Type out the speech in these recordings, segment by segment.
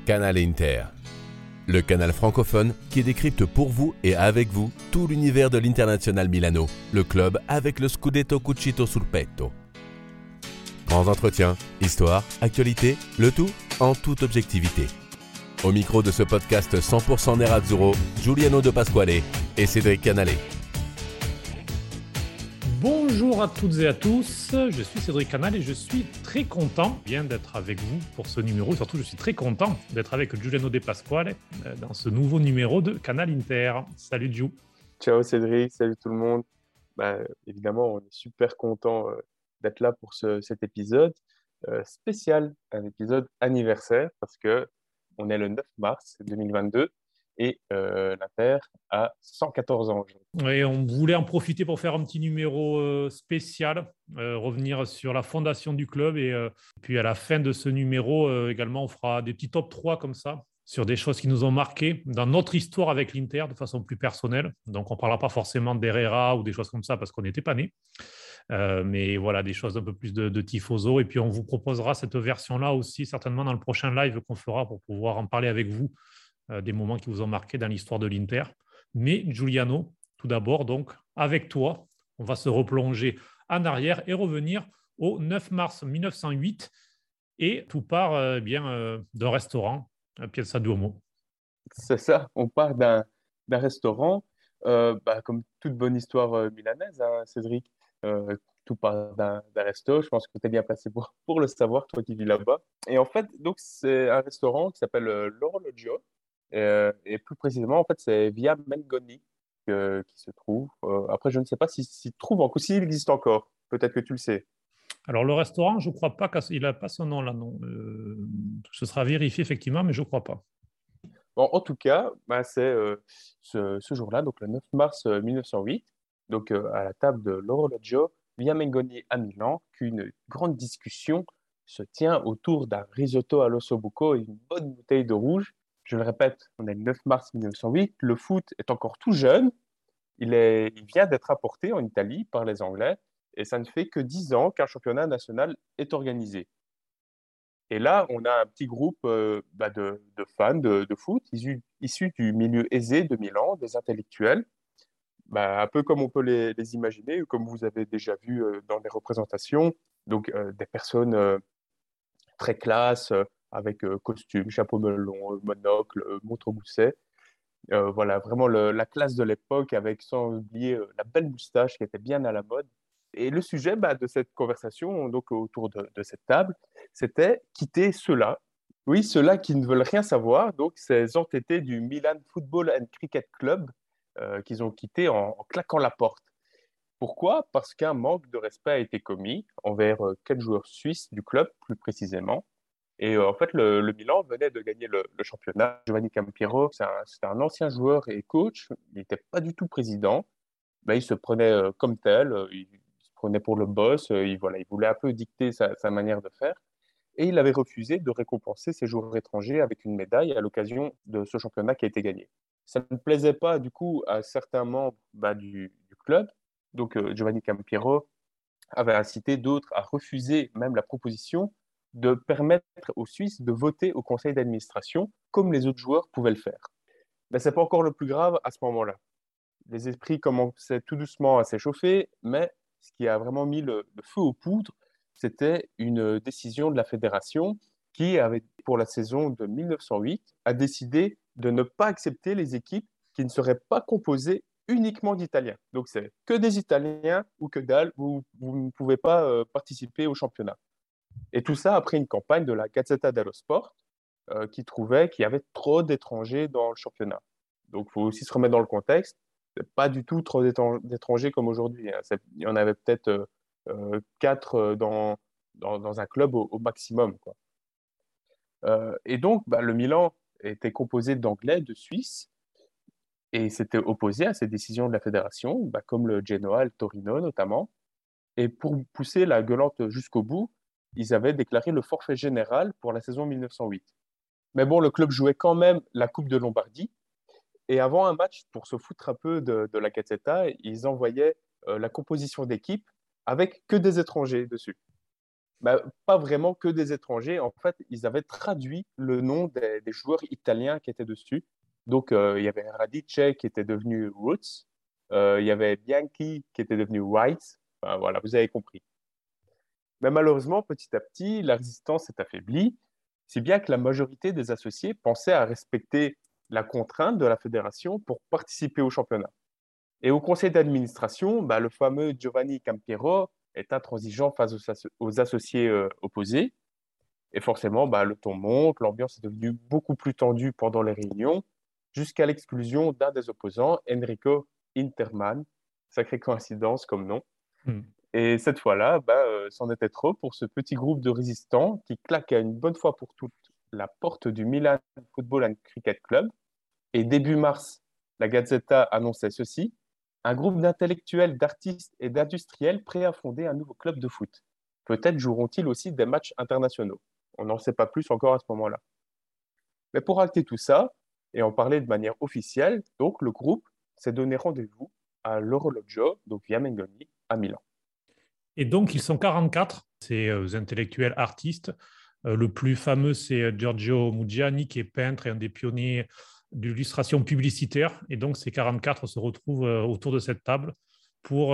Canal Inter, le canal francophone qui décrypte pour vous et avec vous tout l'univers de l'Internazionale Milano, le club avec le Scudetto cucito sul petto. Grands entretiens, histoire, actualité, le tout en toute objectivité. Au micro de ce podcast 100% Nerazzurro, Giuliano De Pasquale et Cédric Canale. Bonjour à toutes et à tous, je suis Cédric Canale et je suis très content d'être avec vous pour ce numéro. Surtout, je suis très content d'être avec Giuliano De Pasquale dans ce nouveau numéro de Canal Inter. Salut Giu. Ciao Cédric, salut tout le monde. Évidemment, on est super content d'être là pour cet épisode spécial, un épisode anniversaire parce que on est le 9 mars 2022 et l'Inter a 114 ans aujourd'hui. Et on voulait en profiter pour faire un petit numéro spécial, revenir sur la fondation du club et puis à la fin de ce numéro également, on fera des petits top 3 comme ça sur des choses qui nous ont marqué dans notre histoire avec l'Inter de façon plus personnelle. Donc, on ne parlera pas forcément d'Herrera ou des choses comme ça parce qu'on n'était pas nés. Mais voilà, des choses un peu plus de tifoso. Et puis, on vous proposera cette version-là aussi, certainement dans le prochain live qu'on fera pour pouvoir en parler avec vous, des moments qui vous ont marqué dans l'histoire de l'Inter. Mais Giuliano, tout d'abord, donc, avec toi, on va se replonger en arrière et revenir au 9 mars 1908. Et tout part d'un restaurant, Piazza Duomo. C'est ça, on part d'un restaurant, comme toute bonne histoire milanaise, hein, Cédric. Tout part d'un resto, je pense que tu es bien placé pour le savoir, toi qui vis là-bas. Et en fait, donc c'est un restaurant qui s'appelle l'Orologio, et plus précisément, en fait, c'est Via Mengoni qui se trouve. Après, je ne sais pas s'il trouve encore, s'il existe encore. Peut-être que tu le sais. Alors, le restaurant, je ne crois pas qu'il n'a pas son nom là, non. Ce sera vérifié effectivement, mais je ne crois pas. Bon, en tout cas, c'est ce jour-là, donc le 9 mars 1908, donc à la table de l'Orologio Via Mengoni à Milan, qu'une grande discussion se tient autour d'un risotto all'ossobuco et une bonne bouteille de rouge. Je le répète, on est le 9 mars 1908, le foot est encore tout jeune, il vient d'être apporté en Italie par les Anglais, et ça ne fait que 10 ans qu'un championnat national est organisé. Et là, on a un petit groupe de fans de foot issus du milieu aisé de Milan, des intellectuels, un peu comme on peut les imaginer, ou comme vous avez déjà vu dans les représentations. Donc, des personnes très classe, avec costume, chapeau melon, monocle, montre au gousset. Voilà, vraiment la classe de l'époque, avec sans oublier la belle moustache qui était bien à la mode. Et le sujet de cette conversation, donc autour de cette table, c'était quitter ceux-là. Oui, ceux-là qui ne veulent rien savoir, donc ces entêtés du Milan Football and Cricket Club qu'ils ont quitté en claquant la porte. Pourquoi? Parce qu'un manque de respect a été commis envers 4 joueurs suisses du club, plus précisément. Et en fait, le Milan venait de gagner le championnat. Giovanni Campiero, c'est un ancien joueur et coach. Il n'était pas du tout président. Il se prenait comme tel. Il se prenait pour le boss. Il voulait un peu dicter sa manière de faire. Et il avait refusé de récompenser ses joueurs étrangers avec une médaille à l'occasion de ce championnat qui a été gagné. Ça ne plaisait pas du coup à certains membres du club. Donc Giovanni Campiero avait incité d'autres à refuser même la proposition de permettre aux Suisses de voter au conseil d'administration comme les autres joueurs pouvaient le faire. Mais ce n'est pas encore le plus grave à ce moment-là. Les esprits commençaient tout doucement à s'échauffer, mais ce qui a vraiment mis le feu aux poudres, c'était une décision de la fédération qui avait, pour la saison de 1908, a décidé de ne pas accepter les équipes qui ne seraient pas composées uniquement d'Italiens. Donc c'est que des Italiens ou que dalle, vous ne pouvez pas participer au championnat. Et tout ça après une campagne de la Gazzetta dello Sport qui trouvait qu'il y avait trop d'étrangers dans le championnat. Donc il faut aussi se remettre dans le contexte. C'est pas du tout trop d'étrangers comme aujourd'hui, hein. Il y en avait peut-être 4 dans un club au maximum, quoi. Et donc, le Milan était composé d'Anglais, de Suisses, et s'était opposé à ces décisions de la fédération, comme le Genoa, le Torino notamment. Et pour pousser la gueulante jusqu'au bout, ils avaient déclaré le forfait général pour la saison 1908. Mais bon, le club jouait quand même la Coupe de Lombardie. Et avant un match, pour se foutre un peu de la Gazzetta, ils envoyaient la composition d'équipe avec que des étrangers dessus. Bah, pas vraiment que des étrangers. En fait, ils avaient traduit le nom des joueurs italiens qui étaient dessus. Donc, il y avait Radice qui était devenu Roots. Il y avait Bianchi qui était devenu White. Enfin, voilà, vous avez compris. Mais malheureusement, petit à petit, la résistance s'est affaiblie, si bien que la majorité des associés pensaient à respecter la contrainte de la fédération pour participer au championnat. Et au conseil d'administration, bah, le fameux Giovanni Campiero est intransigeant face aux associés opposés. Et forcément, bah, le ton monte, l'ambiance est devenue beaucoup plus tendue pendant les réunions, jusqu'à l'exclusion d'un des opposants, Enrico Interman. Sacrée coïncidence comme nom. Hmm. Et cette fois-là, bah, c'en était trop pour ce petit groupe de résistants qui claqua une bonne fois pour toutes la porte du Milan Football and Cricket Club. Et début mars, la Gazzetta annonçait ceci: un groupe d'intellectuels, d'artistes et d'industriels prêts à fonder un nouveau club de foot. Peut-être joueront-ils aussi des matchs internationaux. On n'en sait pas plus encore à ce moment-là. Mais pour acter tout ça, et en parler de manière officielle, donc le groupe s'est donné rendez-vous à l'Orologio, donc via Mengoni, à Milan. Et donc, ils sont 44, ces intellectuels artistes. Le plus fameux, c'est Giorgio Muggiani, qui est peintre et un des pionniers de l'illustration publicitaire. Et donc, ces 44 se retrouvent autour de cette table pour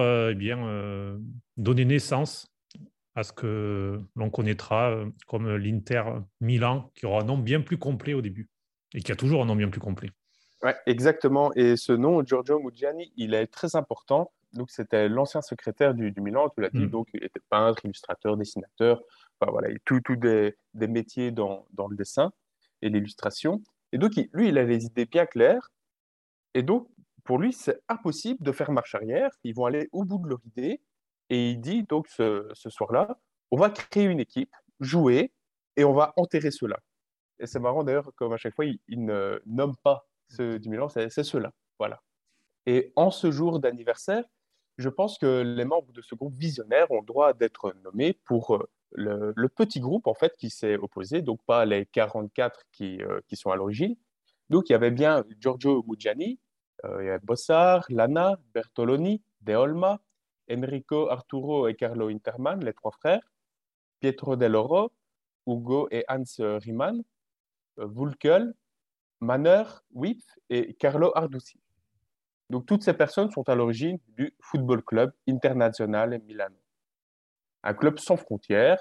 donner naissance à ce que l'on connaîtra comme l'Inter Milan, qui aura un nom bien plus complet au début et qui a toujours un nom bien plus complet. Ouais, exactement. Et ce nom, Giorgio Muggiani, il est très important. Donc, c'était l'ancien secrétaire du Milan, tu l'as dit. Mm. Donc, il était peintre, illustrateur, dessinateur. Enfin, voilà, tout des métiers dans le dessin et l'illustration. Et donc, lui, il a les idées bien claires. Et donc, pour lui, c'est impossible de faire marche arrière. Ils vont aller au bout de leur idée. Et il dit, donc, ce soir-là, on va créer une équipe, jouer, et on va enterrer ceux-là. Et c'est marrant d'ailleurs, comme à chaque fois, il ne nomme pas ceux du Milan, c'est ceux-là. Voilà. Et en ce jour d'anniversaire, je pense que les membres de ce groupe visionnaire ont le droit d'être nommés pour le petit groupe en fait qui s'est opposé, donc pas les 44 qui sont à l'origine. Donc il y avait bien Giorgio Muggiani, il y avait Bossard, Lana, Bertoloni, De Olma, Enrico Arturo et Carlo Interman, les trois frères, Pietro Del Oro, Ugo et Hans Riemann, Vulkel, Manner, Wipf et Carlo Ardussi. Donc, toutes ces personnes sont à l'origine du Football Club Internazionale Milano. Un club sans frontières,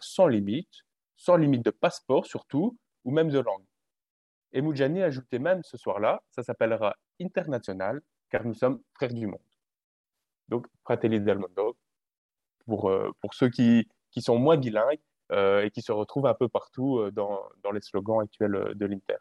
sans limite de passeport surtout, ou même de langue. Et Muggiani a ajouté même ce soir-là, ça s'appellera International, car nous sommes frères du monde. Donc, Fratelli del Mondo, pour ceux qui sont moins bilingues et qui se retrouvent un peu partout dans les slogans actuels de l'Inter.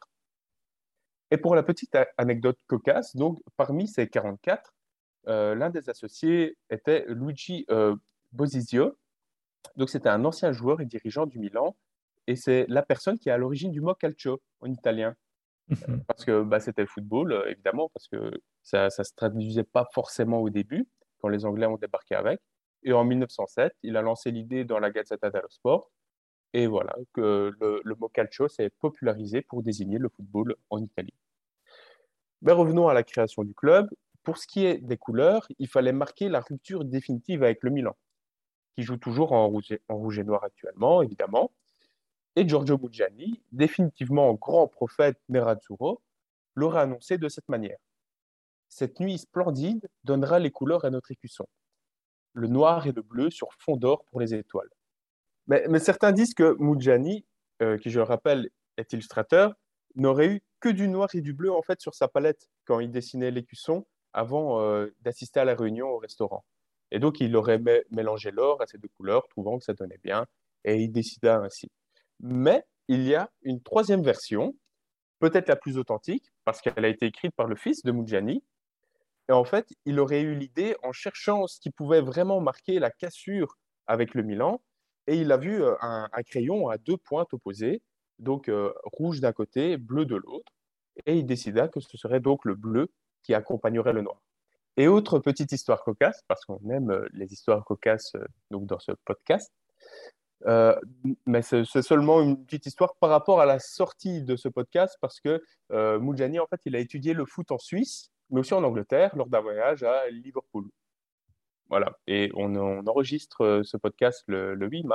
Et pour la petite anecdote cocasse, donc parmi ces 44, l'un des associés était Luigi Bosisio. Donc c'était un ancien joueur et dirigeant du Milan. Et c'est la personne qui est à l'origine du mot calcio en italien. Parce que bah, c'était le football, évidemment, parce que ça ne se traduisait pas forcément au début, quand les Anglais ont débarqué avec. Et en 1907, il a lancé l'idée dans la Gazzetta dello Sport. Et voilà, que le mot calcio s'est popularisé pour désigner le football en Italie. Mais revenons à la création du club. Pour ce qui est des couleurs, il fallait marquer la rupture définitive avec le Milan, qui joue toujours en rouge et noir actuellement, évidemment. Et Giorgio Muggiani, définitivement grand prophète nerazzurro, l'aurait annoncé de cette manière. Cette nuit splendide donnera les couleurs à notre écusson. Le noir et le bleu sur fond d'or pour les étoiles. Mais certains disent que Muggiani, qui je le rappelle est illustrateur, n'aurait eu que du noir et du bleu en fait sur sa palette quand il dessinait l'écusson avant d'assister à la réunion au restaurant. Et donc il aurait mélangé l'or à ces deux couleurs, trouvant que ça donnait bien, et il décida ainsi. Mais il y a une troisième version, peut-être la plus authentique, parce qu'elle a été écrite par le fils de Muggiani. Et en fait, il aurait eu l'idée en cherchant ce qui pouvait vraiment marquer la cassure avec le Milan. Et il a vu un crayon à deux pointes opposées, donc rouge d'un côté, bleu de l'autre. Et il décida que ce serait donc le bleu qui accompagnerait le noir. Et autre petite histoire cocasse, parce qu'on aime les histoires cocasses donc dans ce podcast, euh, mais c'est seulement une petite histoire par rapport à la sortie de ce podcast, parce que Muggiani, en fait, il a étudié le foot en Suisse, mais aussi en Angleterre, lors d'un voyage à Liverpool. Voilà. Et on enregistre ce podcast le 8 mars.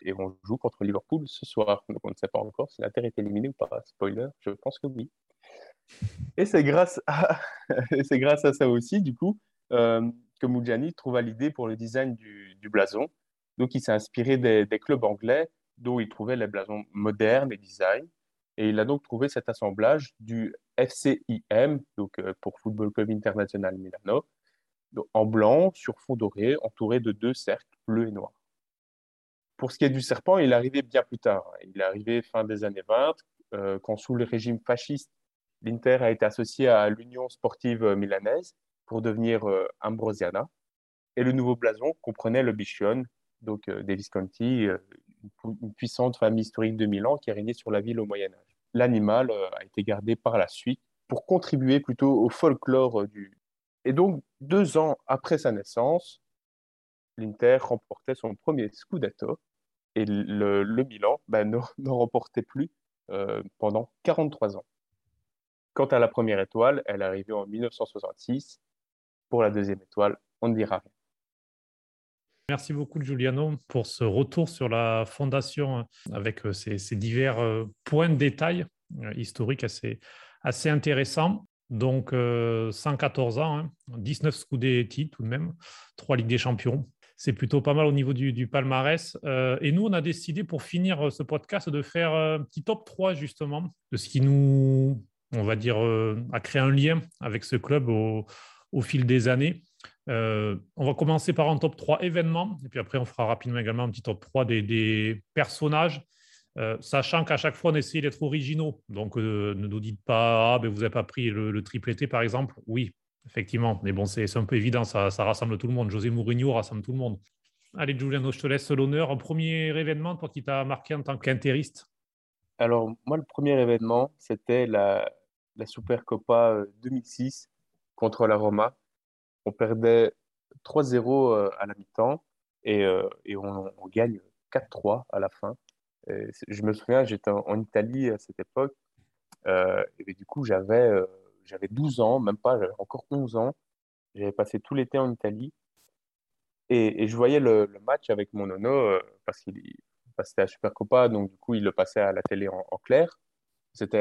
et on joue contre Liverpool ce soir. Donc on ne sait pas encore si l'Inter est éliminé ou pas. Spoiler, je pense que oui. Et c'est grâce à, et c'est grâce à ça aussi, du coup, que Moudjani trouva l'idée pour le design du blason. Donc il s'est inspiré des clubs anglais dont il trouvait les blasons modernes et design. Et il a donc trouvé cet assemblage du FCIM, donc pour Football Club International Milano, donc, en blanc sur fond doré, entouré de deux cercles bleus et noirs. Pour ce qui est du serpent, il est arrivé bien plus tard. Il est arrivé fin des années 20, quand sous le régime fasciste, l'Inter a été associé à l'Union sportive milanaise pour devenir Ambrosiana. Et le nouveau blason comprenait le Biscione, donc des Visconti, une puissante famille historique de Milan qui a régné sur la ville au Moyen Âge. L'animal a été gardé par la suite pour contribuer plutôt au folklore du... Et donc, 2 ans après sa naissance, l'Inter remportait son premier Scudetto et le Milan ne remportait plus pendant 43 ans. Quant à la première étoile, elle est arrivée en 1966. Pour la deuxième étoile, on ne dira rien. Merci beaucoup, Giuliano, pour ce retour sur la fondation avec ces divers points de détail historiques assez intéressants. Donc, 114 ans, hein, 19 Scudetti tout de même, 3 Ligues des Champions. C'est plutôt pas mal au niveau du palmarès. Et nous, on a décidé pour finir ce podcast de faire un petit top 3 justement de ce qui nous, on va dire, a créé un lien avec ce club au fil des années. On va commencer par un top 3 événements, et puis après, on fera rapidement également un petit top 3 des personnages, sachant qu'à chaque fois, on essaie d'être originaux. Donc, ne nous dites pas, vous n'avez pas pris le tripletté, par exemple. Oui, effectivement, mais bon, c'est un peu évident, ça rassemble tout le monde. José Mourinho rassemble tout le monde. Allez, Giuliano, je te laisse l'honneur. Un premier événement, toi qui t'as marqué en tant qu'interiste. Alors, moi, le premier événement, c'était la Supercopa 2006 contre la Roma. On perdait 3-0 à la mi-temps et on gagne 4-3 à la fin. Je me souviens, j'étais en Italie à cette époque et du coup, j'avais 12 ans, même pas, j'avais encore 11 ans. J'avais passé tout l'été en Italie et je voyais le match avec mon nono parce que c'était la Supercopa, donc du coup, il le passait à la télé en clair. C'était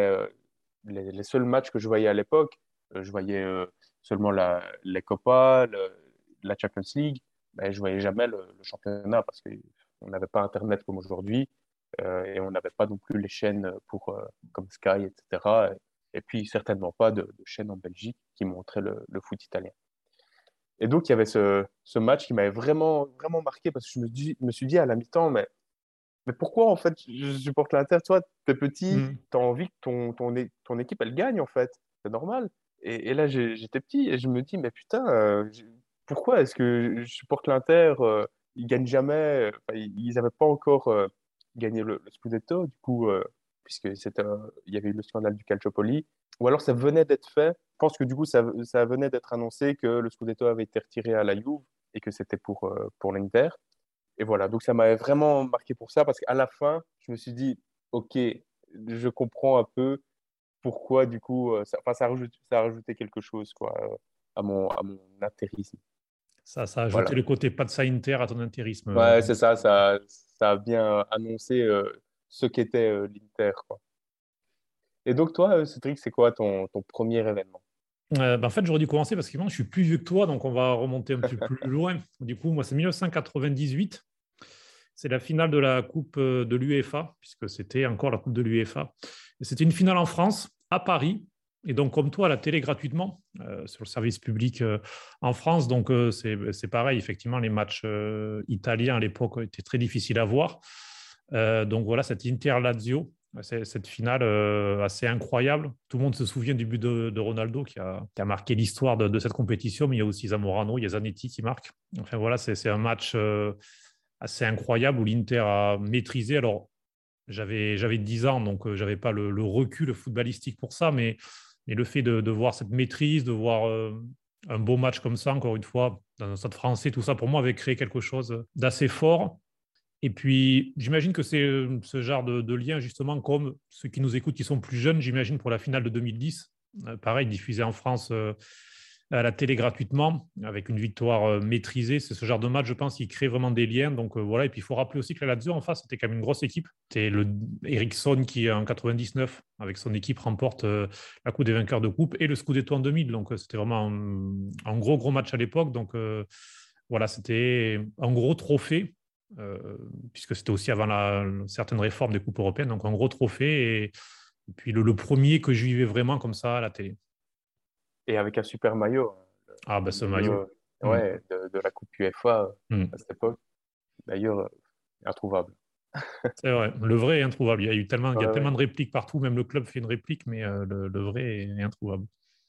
les seuls matchs que je voyais à l'époque. Je voyais seulement les Copa, la Champions League, mais je voyais jamais le championnat parce qu'on n'avait pas Internet comme aujourd'hui et on n'avait pas non plus les chaînes comme Sky, etc. Et puis certainement pas de chaîne en Belgique qui montrait le foot italien. Et donc il y avait ce match qui m'avait vraiment, vraiment marqué parce que me suis dit à la mi-temps, mais pourquoi, en fait, je supporte l'Inter? Toi, t'es petit, Mm. t'as envie que ton équipe, elle gagne, en fait. C'est normal. Et là, j'étais petit et je me dis, mais putain, pourquoi est-ce que je supporte l'Inter? Ils gagnent jamais. Enfin, ils n'avaient pas encore gagné le Scudetto, du coup, puisque il y avait eu le scandale du Calciopoli. Ou alors, ça venait d'être fait. Je pense que du coup, ça venait d'être annoncé que le Scudetto avait été retiré à la Juve et que c'était pour l'Inter. Et voilà, donc ça m'avait vraiment marqué pour ça, parce qu'à la fin, je me suis dit, OK, je comprends un peu pourquoi, du coup, enfin, ça a rajouté quelque chose, quoi, à mon intérisme. Ça a ajouté Voilà. le côté pas de ça Inter à ton intérisme. Ouais, c'est ça, ça a bien annoncé ce qu'était l'Inter, quoi. Et donc, toi, Cédric, c'est quoi ton premier événement? En fait, j'aurais dû commencer parce que moi, je suis plus vieux que toi, donc on va remonter un petit peu plus loin. Du coup, moi, c'est 1998. C'est la finale de la Coupe de l'UEFA, puisque c'était encore la Coupe de l'UEFA. C'était une finale en France, à Paris. Et donc, comme toi, à la télé gratuitement, sur le service public en France. Donc, c'est pareil, effectivement, les matchs italiens à l'époque étaient très difficiles à voir. Donc, voilà, cette Inter-Lazio, cette finale assez incroyable. Tout le monde se souvient du but de Ronaldo qui a marqué l'histoire de cette compétition, mais il y a aussi Zamorano, il y a Zanetti qui marque. Enfin, voilà, c'est un match assez incroyable où l'Inter a maîtrisé. Alors, j'avais 10 ans, donc je n'avais pas le recul footballistique pour ça, mais le fait de voir cette maîtrise, de voir un beau match comme ça, encore une fois, dans un stade français, tout ça, pour moi, avait créé quelque chose d'assez fort. Et puis, j'imagine que c'est ce genre de lien, justement, comme ceux qui nous écoutent, qui sont plus jeunes, j'imagine, pour la finale de 2010. Pareil, diffusé en France à la télé gratuitement, avec une victoire maîtrisée. C'est ce genre de match, je pense, qui crée vraiment des liens. Donc voilà. Et puis il faut rappeler aussi que la Lazio en face, c'était quand même une grosse équipe. C'était le Eriksson qui, en 99, avec son équipe, remporte la Coupe des vainqueurs de coupe et le Scudetto en 2000. Donc c'était vraiment un gros match à l'époque. Donc voilà, c'était un gros trophée. Puisque c'était aussi avant certaines réformes des coupes européennes, donc un gros trophée et puis le premier que je vivais vraiment comme ça à la télé. Et avec un super maillot. Ah, ben Le ce maillot maillot. ouais, de la Coupe UEFA à Mm. cette époque. D'ailleurs, introuvable. C'est vrai, le vrai est introuvable. Il y a Ouais, tellement ouais. de répliques partout, même le club fait une réplique, mais le vrai est introuvable.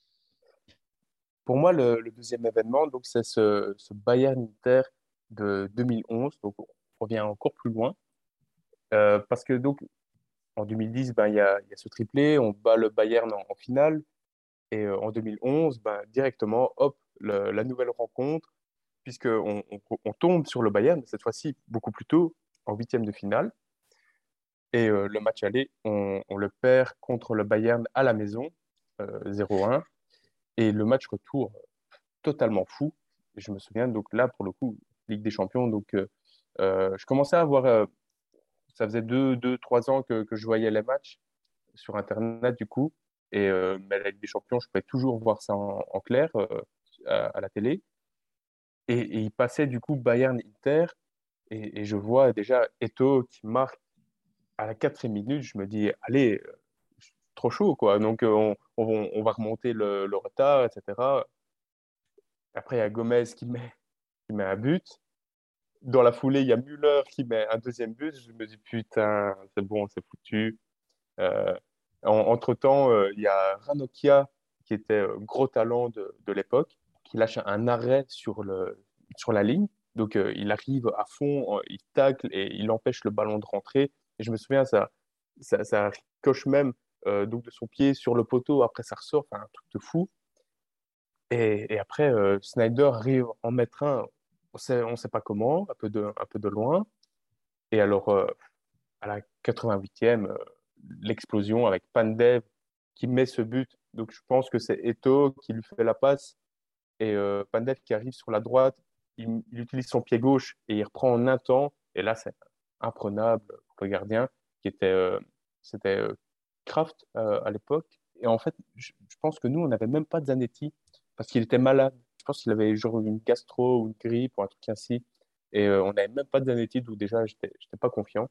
Pour moi, le deuxième événement, donc, c'est ce Bayern-Inter de 2011. Donc, on revient encore plus loin. Parce que donc, en 2010, ben, il y a ce triplé, on bat le Bayern en finale. Et en 2011, ben, directement, hop, la nouvelle rencontre, puisqu'on tombe sur le Bayern, mais cette fois-ci beaucoup plus tôt, en huitième de finale. Et le match aller, on le perd contre le Bayern à la maison, 0-1. Et le match retour, totalement fou. Et je me souviens, donc là, pour le coup, Ligue des Champions, donc je commençais à voir, ça faisait 3 ans que je voyais les matchs sur Internet, du coup. Et mais la Ligue des Champions, je pouvais toujours voir ça en clair à la télé. Et il passait du coup Bayern-Inter. Et je vois déjà Eto'o qui marque à la 4e minute. Je me dis, allez, trop chaud, quoi. Donc on va remonter le retard, etc. Après, il y a Gomez qui met un but. Dans la foulée, il y a Müller qui met un deuxième but. Je me dis, putain, c'est bon, c'est foutu. Euh, Entre-temps, il y a Ranocchia, qui était gros talent de l'époque, qui lâche un arrêt sur la ligne. Donc, il arrive à fond, il tacle et il empêche le ballon de rentrer. Et je me souviens, ça ricoche même donc de son pied sur le poteau. Après, ça ressort, enfin, un truc de fou. Et après, Snyder arrive en mettre un, on sait pas comment, un peu de loin. Et alors, à la 88e, l'explosion avec Pandev qui met ce but. Donc, je pense que c'est Eto'o qui lui fait la passe. Et Pandev qui arrive sur la droite, il utilise son pied gauche et il reprend en un temps. Et là, c'est imprenable pour le gardien, c'était Kraft à l'époque. Et en fait, je pense que nous, on n'avait même pas de Zanetti parce qu'il était malade. Je pense qu'il avait genre une gastro ou une grippe ou un truc ainsi. Et on n'avait même pas de Zanetti, donc déjà, j'étais pas confiant.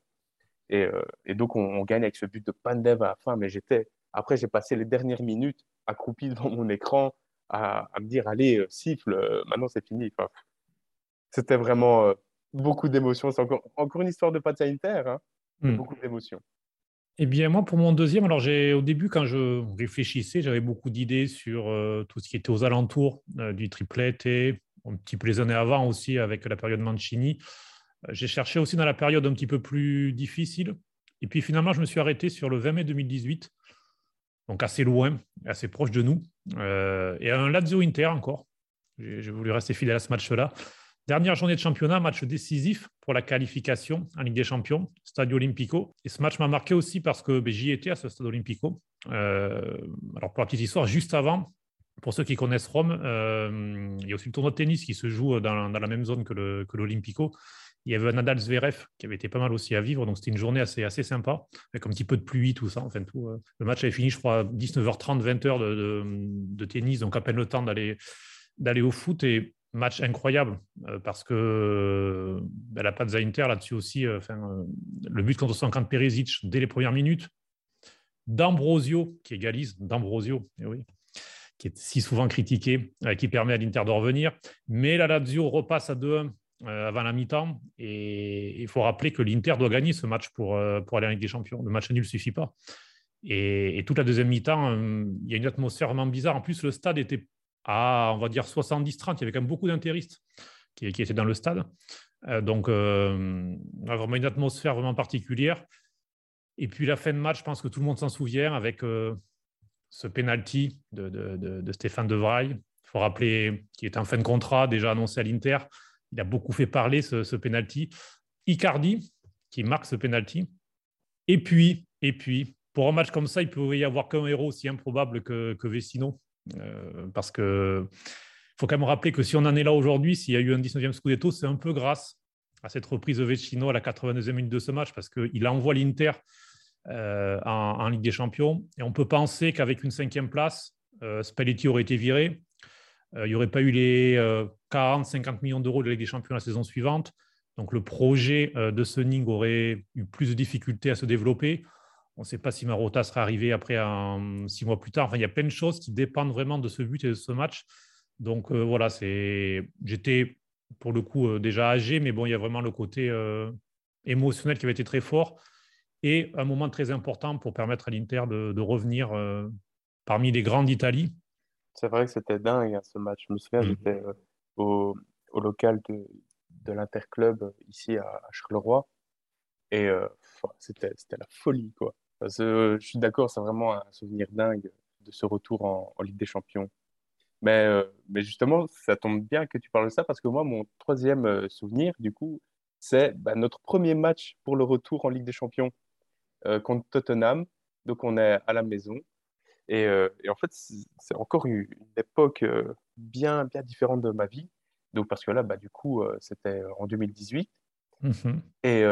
Et donc, on gagne avec ce but de Pandev à la fin. Mais après, j'ai passé les dernières minutes accroupi devant mon écran à me dire, allez, siffle, maintenant c'est fini. Enfin, c'était vraiment beaucoup d'émotions. C'est encore une histoire de Patia Inter, hein, de Mm. beaucoup d'émotions. Eh bien, moi, pour mon deuxième, alors au début, quand je réfléchissais, j'avais beaucoup d'idées sur tout ce qui était aux alentours du triplet et un petit peu les années avant aussi avec la période Mancini. J'ai cherché aussi dans la période un petit peu plus difficile. Et puis finalement, je me suis arrêté sur le 20 mai 2018, donc assez loin, assez proche de nous. Et un Lazio-Inter encore. J'ai voulu rester fidèle à ce match-là. Dernière journée de championnat, match décisif pour la qualification en Ligue des Champions, Stadio Olimpico. Et ce match m'a marqué aussi parce que j'y étais à ce Stade Olimpico. Alors, pour la petite histoire, juste avant, pour ceux qui connaissent Rome, il y a aussi le tournoi de tennis qui se joue dans la même zone que l'Olympico. Il y avait Nadal Zverev qui avait été pas mal aussi à vivre, donc c'était une journée assez sympa, avec un petit peu de pluie, tout ça. Enfin, tout, le match avait fini, je crois, 19h30, 20h de tennis, donc à peine le temps d'aller au foot. Et match incroyable parce que la Pazza Inter là-dessus aussi, le but contre 50 Perisic dès les premières minutes, D'Ambrosio qui égalise, D'Ambrosio, oui, qui est si souvent critiqué, qui permet à l'Inter de revenir. Mais la Lazio repasse à 2-1 avant la mi-temps. Et il faut rappeler que l'Inter doit gagner ce match pour aller en Ligue des Champions. Le match nul ne suffit pas. Et toute la deuxième mi-temps, il y a une atmosphère vraiment bizarre. En plus, le stade était à, on va dire, 70-30. Il y avait quand même beaucoup d'intéristes qui étaient dans le stade. Donc, vraiment une atmosphère vraiment particulière. Et puis, la fin de match, je pense que tout le monde s'en souvient avec ce penalty de Stéphane De Vrij. Il faut rappeler qu'il est en fin de contrat, déjà annoncé à l'Inter. Il a beaucoup fait parler ce penalty. Icardi, qui marque ce penalty. Et puis, pour un match comme ça, il ne pouvait y avoir qu'un héros aussi improbable que Vecino. Parce que faut quand même rappeler que si on en est là aujourd'hui, s'il y a eu un 19e Scudetto, c'est un peu grâce à cette reprise de Vecino à la 82e minute de ce match, parce qu'il envoie l'Inter en Ligue des Champions. Et on peut penser qu'avec une 5e place, Spalletti aurait été viré. Il n'y aurait pas eu les 40-50 millions d'euros de la Ligue des Champions la saison suivante. Donc le projet de Suning aurait eu plus de difficultés à se développer. On ne sait pas si Marotta serait arrivé après 6 mois plus tard. Enfin, il y a plein de choses qui dépendent vraiment de ce but et de ce match. Donc voilà, j'étais pour le coup déjà âgé, mais bon, il y a vraiment le côté émotionnel qui avait été très fort et un moment très important pour permettre à l'Inter de revenir parmi les grands d'Italie. C'est vrai que c'était dingue, hein, ce match. Je me souviens, j'étais au, au local de l'Interclub ici à Charleroi. Et c'était la folie, quoi. Parce que, je suis d'accord, c'est vraiment un souvenir dingue de ce retour en Ligue des Champions. Mais justement, ça tombe bien que tu parles de ça parce que moi, mon troisième souvenir, du coup, c'est bah, notre premier match pour le retour en Ligue des Champions contre Tottenham. Donc, on est à la maison. Et en fait, c'est encore une époque bien différente de ma vie. Donc, parce que là, bah, du coup, c'était en 2018. Mhm. Et,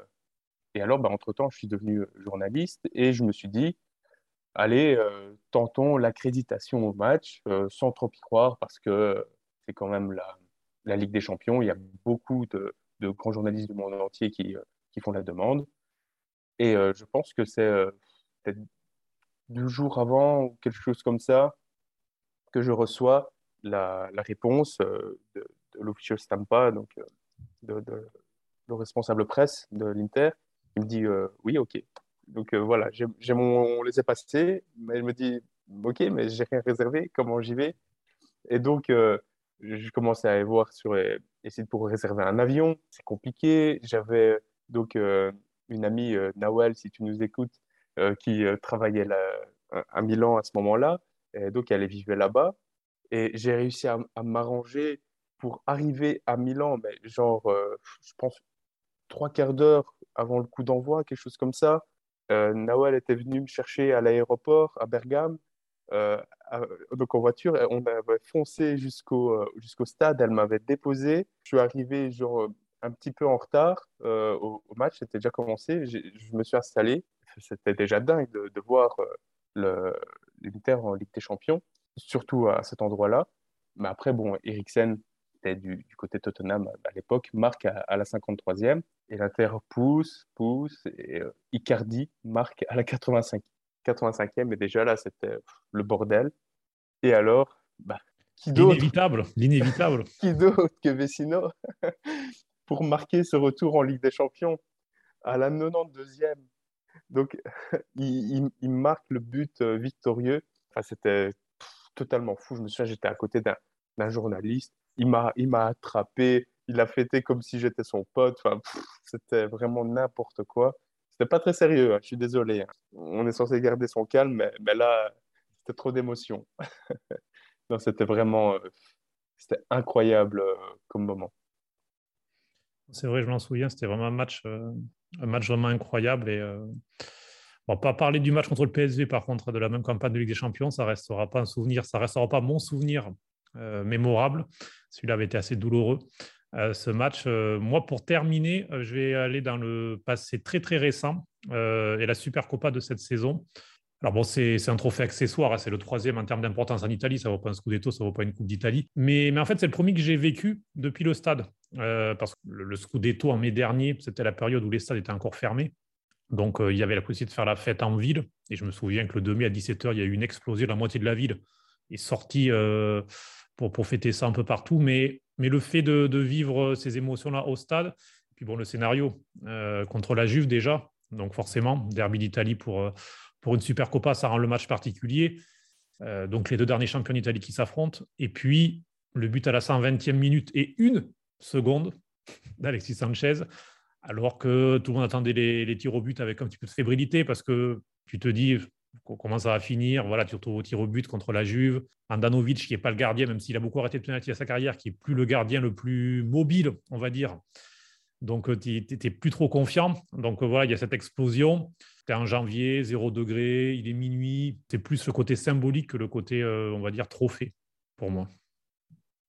et alors, bah, entre-temps, je suis devenu journaliste et je me suis dit, allez, tentons l'accréditation au match sans trop y croire parce que c'est quand même la Ligue des Champions. Il y a beaucoup de grands journalistes du monde entier qui font la demande. Et je pense que c'est peut-être 2 jours avant ou quelque chose comme ça que je reçois la réponse de l'official stampa, donc de le responsable presse de l'Inter. Il me dit oui, ok. Donc voilà, j'ai mon laissez-passer, mais il me dit ok, mais j'ai rien réservé, comment j'y vais? Et donc je commençais à aller voir essayer pour réserver un avion, c'est compliqué. J'avais donc une amie, Nawal, si tu nous écoutes, qui travaillait à Milan à ce moment-là, et donc elle vivait là-bas. Et j'ai réussi à m'arranger pour arriver à Milan, mais genre, je pense, 3 quarts d'heure avant le coup d'envoi, quelque chose comme ça. Nawal était venu me chercher à l'aéroport, à Bergame, euh, à- donc en voiture, et on avait foncé jusqu'au stade, elle m'avait déposé. Je suis arrivé genre un petit peu en retard au match, c'était déjà commencé. Je me suis installé. C'était déjà dingue de voir le, l'Inter en Ligue des Champions, surtout à cet endroit-là. Mais après, bon, Eriksen était du côté Tottenham à l'époque, marque à la 53e. Et l'Inter pousse, et Icardi marque à la 85e. Et déjà là, c'était le bordel. Et alors, bah, qui d'autre, L'inévitable, l'inévitable. qui d'autre que Vecino pour marquer ce retour en Ligue des Champions à la 92e. Donc, il marque le but victorieux. Enfin, c'était totalement fou. Je me souviens, j'étais à côté d'un journaliste. Il m'a attrapé. Il a fêté comme si j'étais son pote. Enfin, c'était vraiment n'importe quoi. C'était pas très sérieux, hein, je suis désolé, hein. On est censé garder son calme, mais là, c'était trop d'émotions. Non, c'était vraiment, c'était incroyable comme moment. C'est vrai, je m'en souviens, c'était vraiment un match vraiment incroyable. Et bon, pas parler du match contre le PSG, par contre, de la même campagne de Ligue des Champions, ça restera pas un souvenir, ça restera pas mon souvenir mémorable. Celui-là avait été assez douloureux. Ce match, moi, pour terminer, je vais aller dans le passé très très récent et la Supercopa de cette saison. Alors bon, c'est un trophée accessoire, hein, c'est le troisième en termes d'importance en Italie, ça ne vaut pas un Scudetto, ça ne vaut pas une Coupe d'Italie. Mais en fait, c'est le premier que j'ai vécu depuis le stade, parce que le Scudetto en mai dernier, c'était la période où les stades étaient encore fermés. Donc il y avait la possibilité de faire la fête en ville. Et je me souviens que le 2 mai à 17h, il y a eu une explosion, la moitié de la ville est sortie pour fêter ça un peu partout. Mais le fait de vivre ces émotions-là au stade, puis bon, le scénario contre la Juve déjà, donc forcément, derby d'Italie pour une Supercopa, ça rend le match particulier. Donc les deux derniers champions d'Italie qui s'affrontent. Et puis le but à la 120e minute et 1 seconde d'Alexis Sanchez, alors que tout le monde attendait les tirs au but avec un petit peu de fébrilité parce que tu te dis comment ça va finir. Voilà, tu te retrouves au tir au but contre la Juve. Andanovic, qui n'est pas le gardien, même s'il a beaucoup arrêté de pénalty à sa carrière, qui n'est plus le gardien le plus mobile, on va dire. Donc, tu n'étais plus trop confiant. Donc, voilà, il y a cette explosion. C'était en janvier, 0 degré, il est minuit. C'est plus le côté symbolique que le côté, on va dire, trophée pour moi.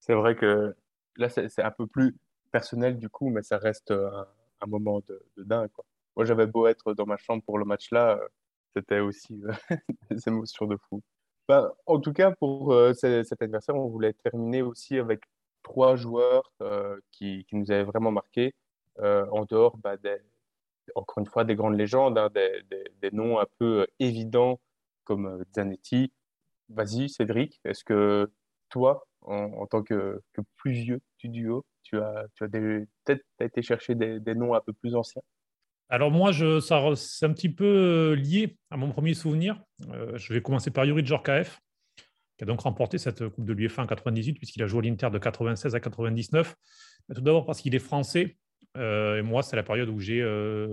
C'est vrai que là, c'est un peu plus personnel du coup, mais ça reste un moment de dingue, quoi. Moi, j'avais beau être dans ma chambre pour le match là, c'était aussi des émotions de fou. Bah, en tout cas, pour cet anniversaire, on voulait terminer aussi avec trois joueurs qui nous avaient vraiment marqués, en dehors encore une fois, des grandes légendes, hein, des noms un peu évidents comme Zanetti. Vas-y, Cédric, est-ce que toi, en tant que plus vieux du duo, tu as peut-être t'as été chercher des noms un peu plus anciens? Alors moi, c'est un petit peu lié à mon premier souvenir. Je vais commencer par Yuri Djorkaeff, qui a donc remporté cette Coupe de l'UEFA en 98, puisqu'il a joué à l'Inter de 96 à 99. Mais tout d'abord parce qu'il est français. Et moi, c'est la période où j'ai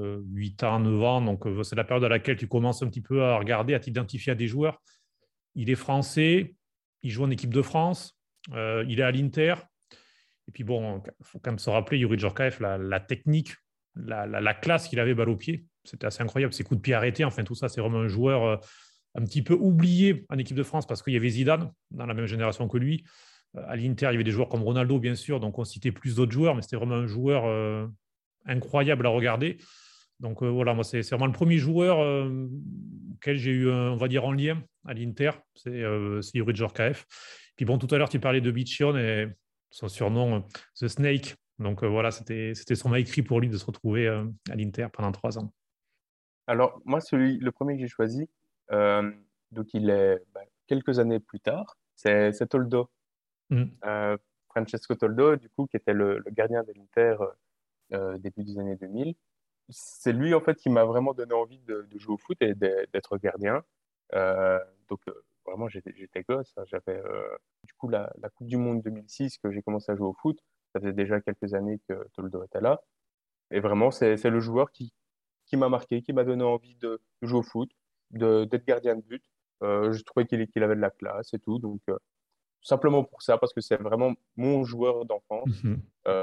8 ans, 9 ans. Donc, c'est la période à laquelle tu commences un petit peu à regarder, à t'identifier à des joueurs. Il est français, il joue en équipe de France, il est à l'Inter. Et puis bon, il faut quand même se rappeler, Yuri Djorkaeff, la technique, la classe qu'il avait balle au pied, c'était assez incroyable. Ses coups de pied arrêtés, enfin tout ça, c'est vraiment un joueur un petit peu oublié en équipe de France parce qu'il y avait Zidane dans la même génération que lui. À l'Inter, il y avait des joueurs comme Ronaldo, bien sûr, donc on citait plus d'autres joueurs, mais c'était vraiment un joueur incroyable à regarder. Donc voilà, moi, c'est vraiment le premier joueur auquel j'ai eu, on va dire, en lien à l'Inter, c'est Yuri Djorkaeff. Puis bon, tout à l'heure, tu parlais de Bichion et son surnom, The Snake. Donc voilà, c'était sûrement écrit pour lui de se retrouver à l'Inter pendant 3 ans. Alors, moi, le premier que j'ai choisi, euh, donc il est quelques années plus tard, c'est Toldo. Mm. Euh, Francesco Toldo, du coup, qui était le gardien de l'Inter début des années 2000. C'est lui, en fait, qui m'a vraiment donné envie de jouer au foot et d'être gardien. Euh, donc, vraiment, j'étais gosse, hein. J'avais, du coup, la Coupe du Monde 2006 que j'ai commencé à jouer au foot. Ça faisait déjà quelques années que Toldo était là. Et vraiment, c'est le joueur qui m'a marqué, qui m'a donné envie de jouer au foot, d'être gardien de but. Je trouvais qu'il avait de la classe et tout. Donc, simplement pour ça, parce que c'est vraiment mon joueur d'enfance Mhm.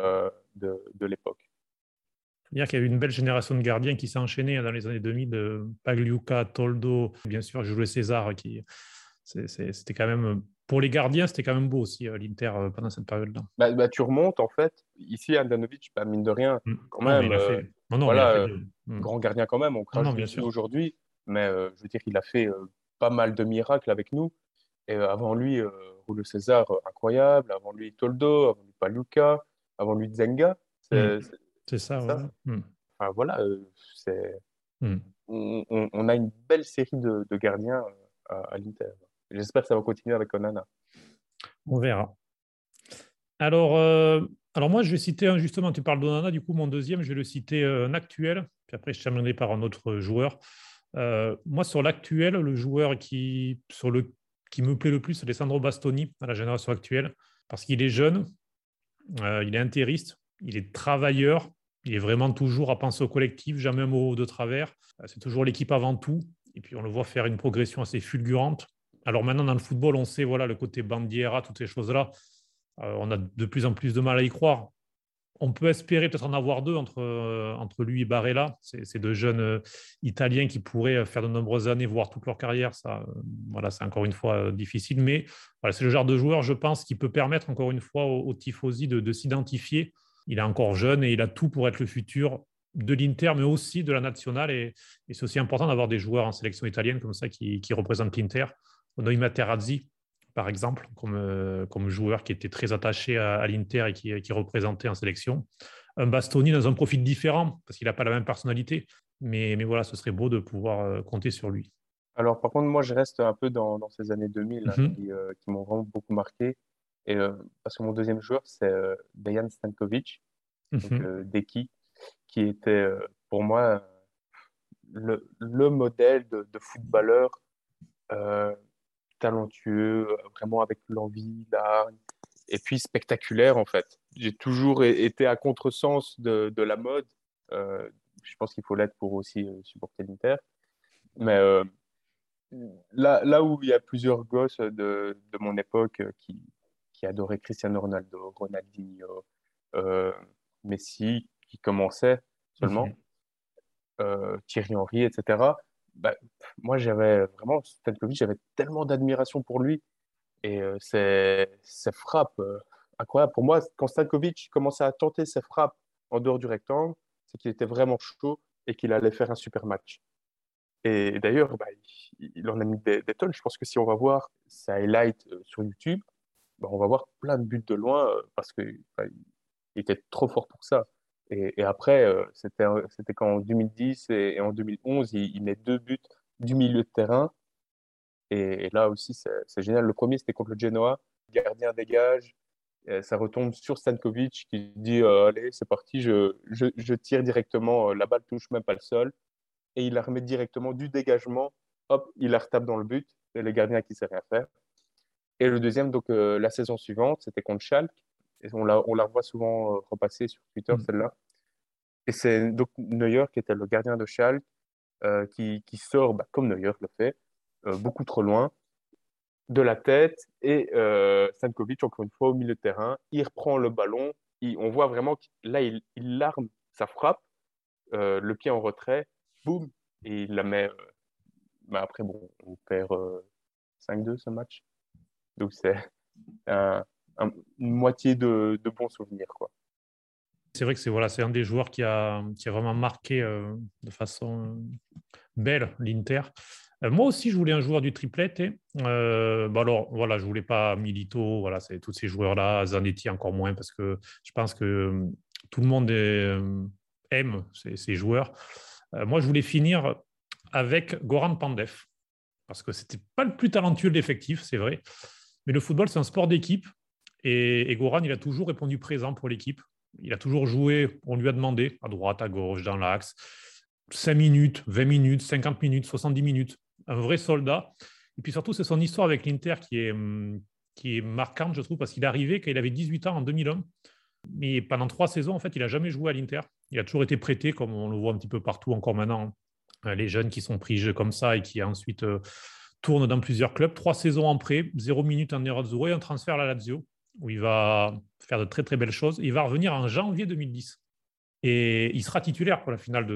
de l'époque. C'est-à-dire qu'il y a eu une belle génération de gardiens qui s'est enchaînée dans les années 2000, Pagliuca, Toldo, bien sûr, Julio César, c'était quand même, pour les gardiens, c'était quand même beau aussi, l'Inter, pendant cette période-là. Tu remontes, en fait, ici, Handanovic, mine de rien, Mm. quand Non, mais même, il a fait. Non, non, mais il a voilà, fait de. Mm. grand gardien quand même, on Non, crache non, bien dessus sûr. aujourd'hui, mais je veux dire, il a fait pas mal de miracles avec nous. Et avant lui, Julio César, incroyable, avant lui, Toldo, avant lui, Paluca, avant lui, Zenga, Mm. C'est c'est ça, ça. ouais. Mm. Enfin, voilà, Mm. on a une belle série de gardiens à l'Inter. J'espère que ça va continuer avec Onana. On verra. Alors, alors moi, je vais citer justement, tu parles d'Onana, du coup, mon deuxième, je vais le citer un actuel, puis après, je terminerai par un autre joueur. Moi, sur l'actuel, le joueur qui me plaît le plus, c'est Alessandro Bastoni, à la génération actuelle, parce qu'il est jeune, il est intériste, il est travailleur, il est vraiment toujours à penser au collectif, jamais un mot de travers. C'est toujours l'équipe avant tout. Et puis on le voit faire une progression assez fulgurante. Alors maintenant, dans le football, on sait voilà, le côté bandiera, toutes ces choses-là. On a de plus en plus de mal à y croire. On peut espérer peut-être en avoir deux entre lui et Barella. C'est deux jeunes Italiens qui pourraient faire de nombreuses années, voire toute leur carrière. Ça, voilà, c'est encore une fois difficile. Mais voilà, c'est le genre de joueur, je pense, qui peut permettre encore une fois aux tifosi de s'identifier. Il est encore jeune et il a tout pour être le futur de l'Inter, mais aussi de la nationale. Et c'est aussi important d'avoir des joueurs en sélection italienne comme ça qui représentent l'Inter. On a eu Materazzi, par exemple, comme joueur qui était très attaché à l'Inter et qui représentait en sélection. Un Bastoni dans un profil différent, parce qu'il n'a pas la même personnalité. Mais voilà, ce serait beau de pouvoir compter sur lui. Alors, par contre, moi, je reste un peu dans ces années 2000 hein, Mhm, qui m'ont vraiment beaucoup marqué. Et, parce que mon deuxième joueur, c'est Dejan Stankovic, donc mhm, Deki, qui était pour moi le modèle de footballeur euh, talentueux, vraiment avec l'envie, l'hargne, et puis spectaculaire en fait. J'ai toujours été à contresens de la mode. Euh, je pense qu'il faut l'être pour aussi supporter l'Inter. Mais là où il y a plusieurs gosses de mon époque qui adoraient Cristiano Ronaldo, Ronaldinho, euh, Messi, qui commençait seulement, mhm. Thierry Henry, etc. Bah, moi, j'avais vraiment, Stankovic, j'avais tellement d'admiration pour lui. Et ses frappes incroyable. Pour moi, quand Stankovic commençait à tenter ses frappes en dehors du rectangle, c'est qu'il était vraiment chaud et qu'il allait faire un super match. Et d'ailleurs, bah, il en a mis des tonnes. Je pense que si on va voir sa highlight sur YouTube, bah, on va voir plein de buts de loin parce que bah, il était trop fort pour ça. Et après, c'était qu'en 2010 et en 2011, il met 2 buts du milieu de terrain. Et là aussi, c'est génial. Le premier, c'était contre le Genoa. Le gardien dégage. Et ça retombe sur Stankovic qui dit allez, c'est parti, je tire directement. La balle touche même pas le sol. Et il la remet directement du dégagement. Hop, il la retape dans le but. Et le gardien qui sait rien faire. Et le deuxième, donc la saison suivante, c'était contre Schalke. Et on la revoit souvent repasser sur Twitter, Mm. celle-là. Et c'est donc Neuer qui était le gardien de Schalke qui sort, bah, comme Neuer le fait, beaucoup trop loin de la tête. Et Stankovic, encore une fois, au milieu de terrain, il reprend le ballon. On voit vraiment que là, il arme sa frappe, le pied en retrait, boum, et il la met. Mais après, bon, on perd 5-2 ce match. Donc c'est un- une moitié de bons souvenirs, quoi. C'est vrai que c'est un des joueurs qui a vraiment marqué de façon belle l'Inter. Moi aussi, je voulais un joueur du triplet. Bah alors, voilà, je voulais pas Milito, voilà, c'est tous ces joueurs-là, Zanetti encore moins, parce que je pense que tout le monde aime ces joueurs. Moi, je voulais finir avec Goran Pandev, parce que c'était pas le plus talentueux de l'effectif, c'est vrai. Mais le football, c'est un sport d'équipe. Et Goran, il a toujours répondu présent pour l'équipe. Il a toujours joué, on lui a demandé, à droite, à gauche, dans l'axe. 5 minutes, 20 minutes, 50 minutes, 70 minutes. Un vrai soldat. Et puis surtout, c'est son histoire avec l'Inter qui est marquante, je trouve, parce qu'il est arrivé quand il avait 18 ans en 2001. Mais pendant 3 saisons, en fait, il n'a jamais joué à l'Inter. Il a toujours été prêté, comme on le voit un petit peu partout encore maintenant. Les jeunes qui sont pris comme ça et qui ensuite tournent dans plusieurs clubs. 3 saisons en prêt, 0 minutes en Nerazzurro et un transfert à la Lazio, où il va faire de très très belles choses. Il va revenir en janvier 2010. Et il sera titulaire pour la finale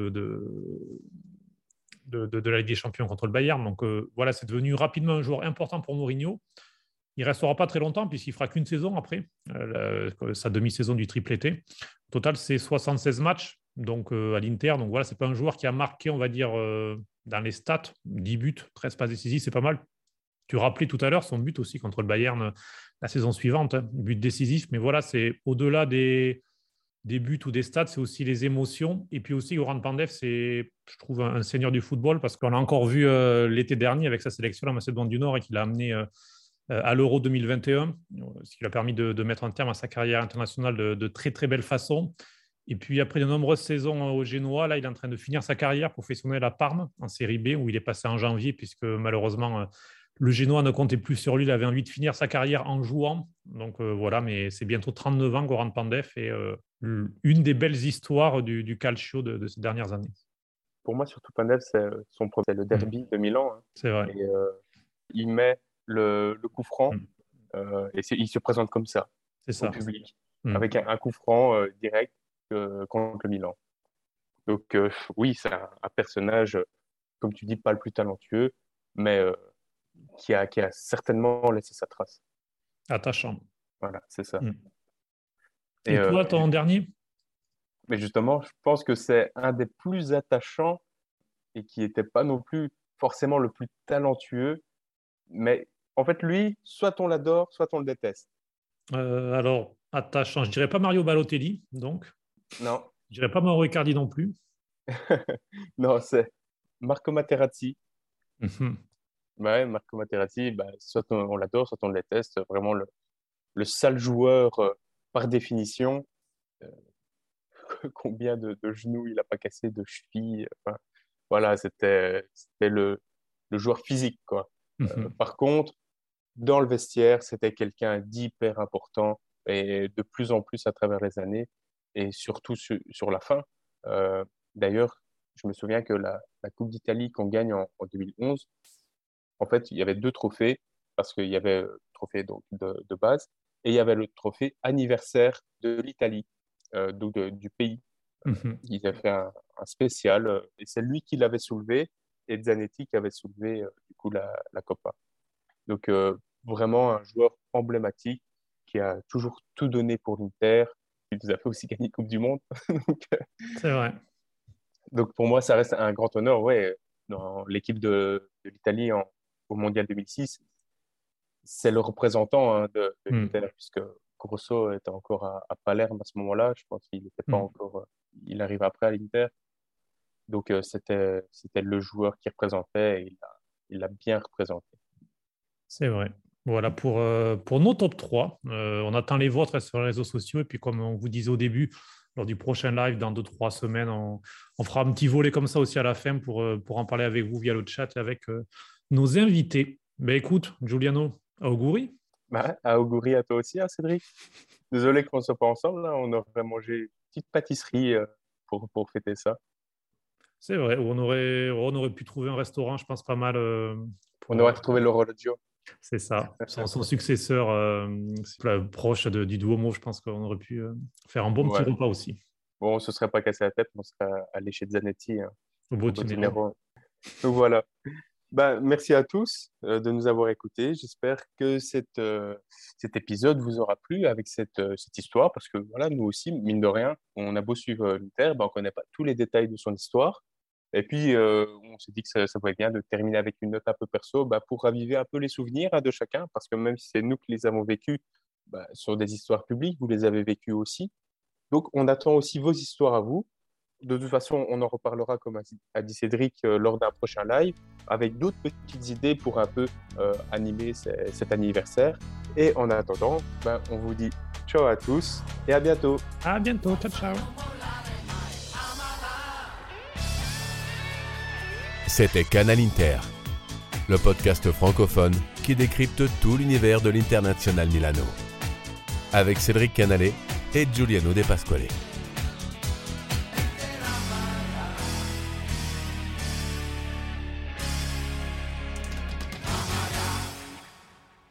de la Ligue des Champions contre le Bayern. Donc voilà, c'est devenu rapidement un joueur important pour Mourinho. Il ne restera pas très longtemps puisqu'il fera qu'une saison après, sa demi-saison du triplé. Au total, c'est 76 matchs donc, à l'Inter. Donc voilà, ce n'est pas un joueur qui a marqué, on va dire, dans les stats, 10 buts, 13 passes décisives, c'est pas mal. Tu rappelais tout à l'heure son but aussi contre le Bayern la saison suivante, hein, but décisif. Mais voilà, c'est au-delà des buts ou des stats, c'est aussi les émotions. Et puis aussi, Goran Pandev, c'est, je trouve, un seigneur du football parce qu'on l'a encore vu l'été dernier avec sa sélection à Macédoine du Nord et qu'il a amené à l'Euro 2021, ce qui lui a permis de mettre un terme à sa carrière internationale de très, très belle façon. Et puis, après de nombreuses saisons au Génois, là, il est en train de finir sa carrière professionnelle à Parme, en Série B, où il est passé en janvier, puisque malheureusement, le Génois ne comptait plus sur lui. Il avait envie de finir sa carrière en jouant. Donc voilà, mais c'est bientôt 39 ans, Goran Pandev, et une des belles histoires du calcio de ces dernières années. Pour moi, surtout Pandev, c'est le derby de Milan, hein. C'est vrai. Et il met le coup franc Mm. et il se présente comme ça C'est au ça. public Mm. avec un coup franc direct contre le Milan. Donc oui, c'est un personnage, comme tu dis, pas le plus talentueux, mais qui a certainement laissé sa trace. Attachant. Voilà, c'est ça. Mm. Et, Et toi, ton dernier? mais justement, je pense que c'est un des plus attachants et qui n'était pas non plus forcément le plus talentueux. Mais en fait, lui, soit on l'adore, soit on le déteste. Alors, attachant, je dirais pas Mario Balotelli, donc. Non, Je dirais pas Mauro Icardi non plus. non, c'est Marco Materazzi. Mhm. Bah ouais, Marco Materazzi, bah, soit on l'adore, soit on le déteste. Vraiment le sale joueur par définition. Euh, Combien de genoux il a pas cassé, de chevilles. Enfin, voilà, c'était le joueur physique, quoi. Mhm. Par contre, dans le vestiaire, c'était quelqu'un d'hyper important et de plus en plus à travers les années et surtout sur la fin. Euh, D'ailleurs, je me souviens que la Coupe d'Italie qu'on gagne en 2011, en fait, il y avait deux trophées parce qu'il y avait le trophée donc, de base et il y avait le trophée anniversaire de l'Italie, donc du pays. Mhm. Il a fait un spécial et c'est lui qui l'avait soulevé et Zanetti qui avait soulevé du coup la Coppa. Donc vraiment un joueur emblématique qui a toujours tout donné pour l'Inter, qui nous a fait aussi gagner Coupe du Monde. donc, C'est vrai. donc, pour moi, ça reste un grand honneur. Ouais, dans l'équipe de l'Italie au Mondial 2006, c'est le représentant hein, de Mm. l'Inter, puisque Grosso était encore à Palerme à ce moment-là. Je pense qu'il n'était pas Mm. encore. Il arrive après à l'Inter. Donc, c'était le joueur qui représentait et il l'a bien représenté. C'est vrai. Voilà pour nos top 3. On attend les vôtres sur les réseaux sociaux. Et puis, comme on vous disait au début, lors du prochain live, dans 2-3 semaines, on fera un petit volet comme ça aussi à la fin pour en parler avec vous via le chat et avec nos invités. Ben, écoute, Giuliano, auguri. Bah, à Augury, à toi aussi, hein, Cédric. Désolé qu'on ne soit pas ensemble. Là. On aurait mangé une petite pâtisserie pour fêter ça. C'est vrai. On aurait pu trouver un restaurant, je pense, pas mal. On aurait retrouvé l'orologio. C'est ça. Son successeur proche du Duomo, je pense qu'on aurait pu faire un bon Ouais. petit repas aussi. Bon, on ne se serait pas cassé la tête, on serait allé chez Zanetti, hein, Au au Botinero. Botinero. Donc voilà. Bah, merci à tous de nous avoir écoutés. J'espère que cet épisode vous aura plu avec cette histoire, parce que voilà, nous aussi, mine de rien, on a beau suivre l'Inter, bah, on ne connaît pas tous les détails de son histoire. Et puis, on s'est dit que ça pourrait être bien de terminer avec une note un peu perso bah, pour raviver un peu les souvenirs hein, de chacun, parce que même si c'est nous qui les avons vécus bah, sur des histoires publiques, vous les avez vécues aussi. Donc, on attend aussi vos histoires à vous. De toute façon, on en reparlera, comme a dit Cédric, lors d'un prochain live, avec d'autres petites idées pour un peu animer cet anniversaire. Et en attendant, ben, on vous dit ciao à tous et à bientôt. À bientôt. Ciao, ciao. C'était Canal Inter, le podcast francophone qui décrypte tout l'univers de l'International Milano. Avec Cédric Canale et Giuliano De Pasquale.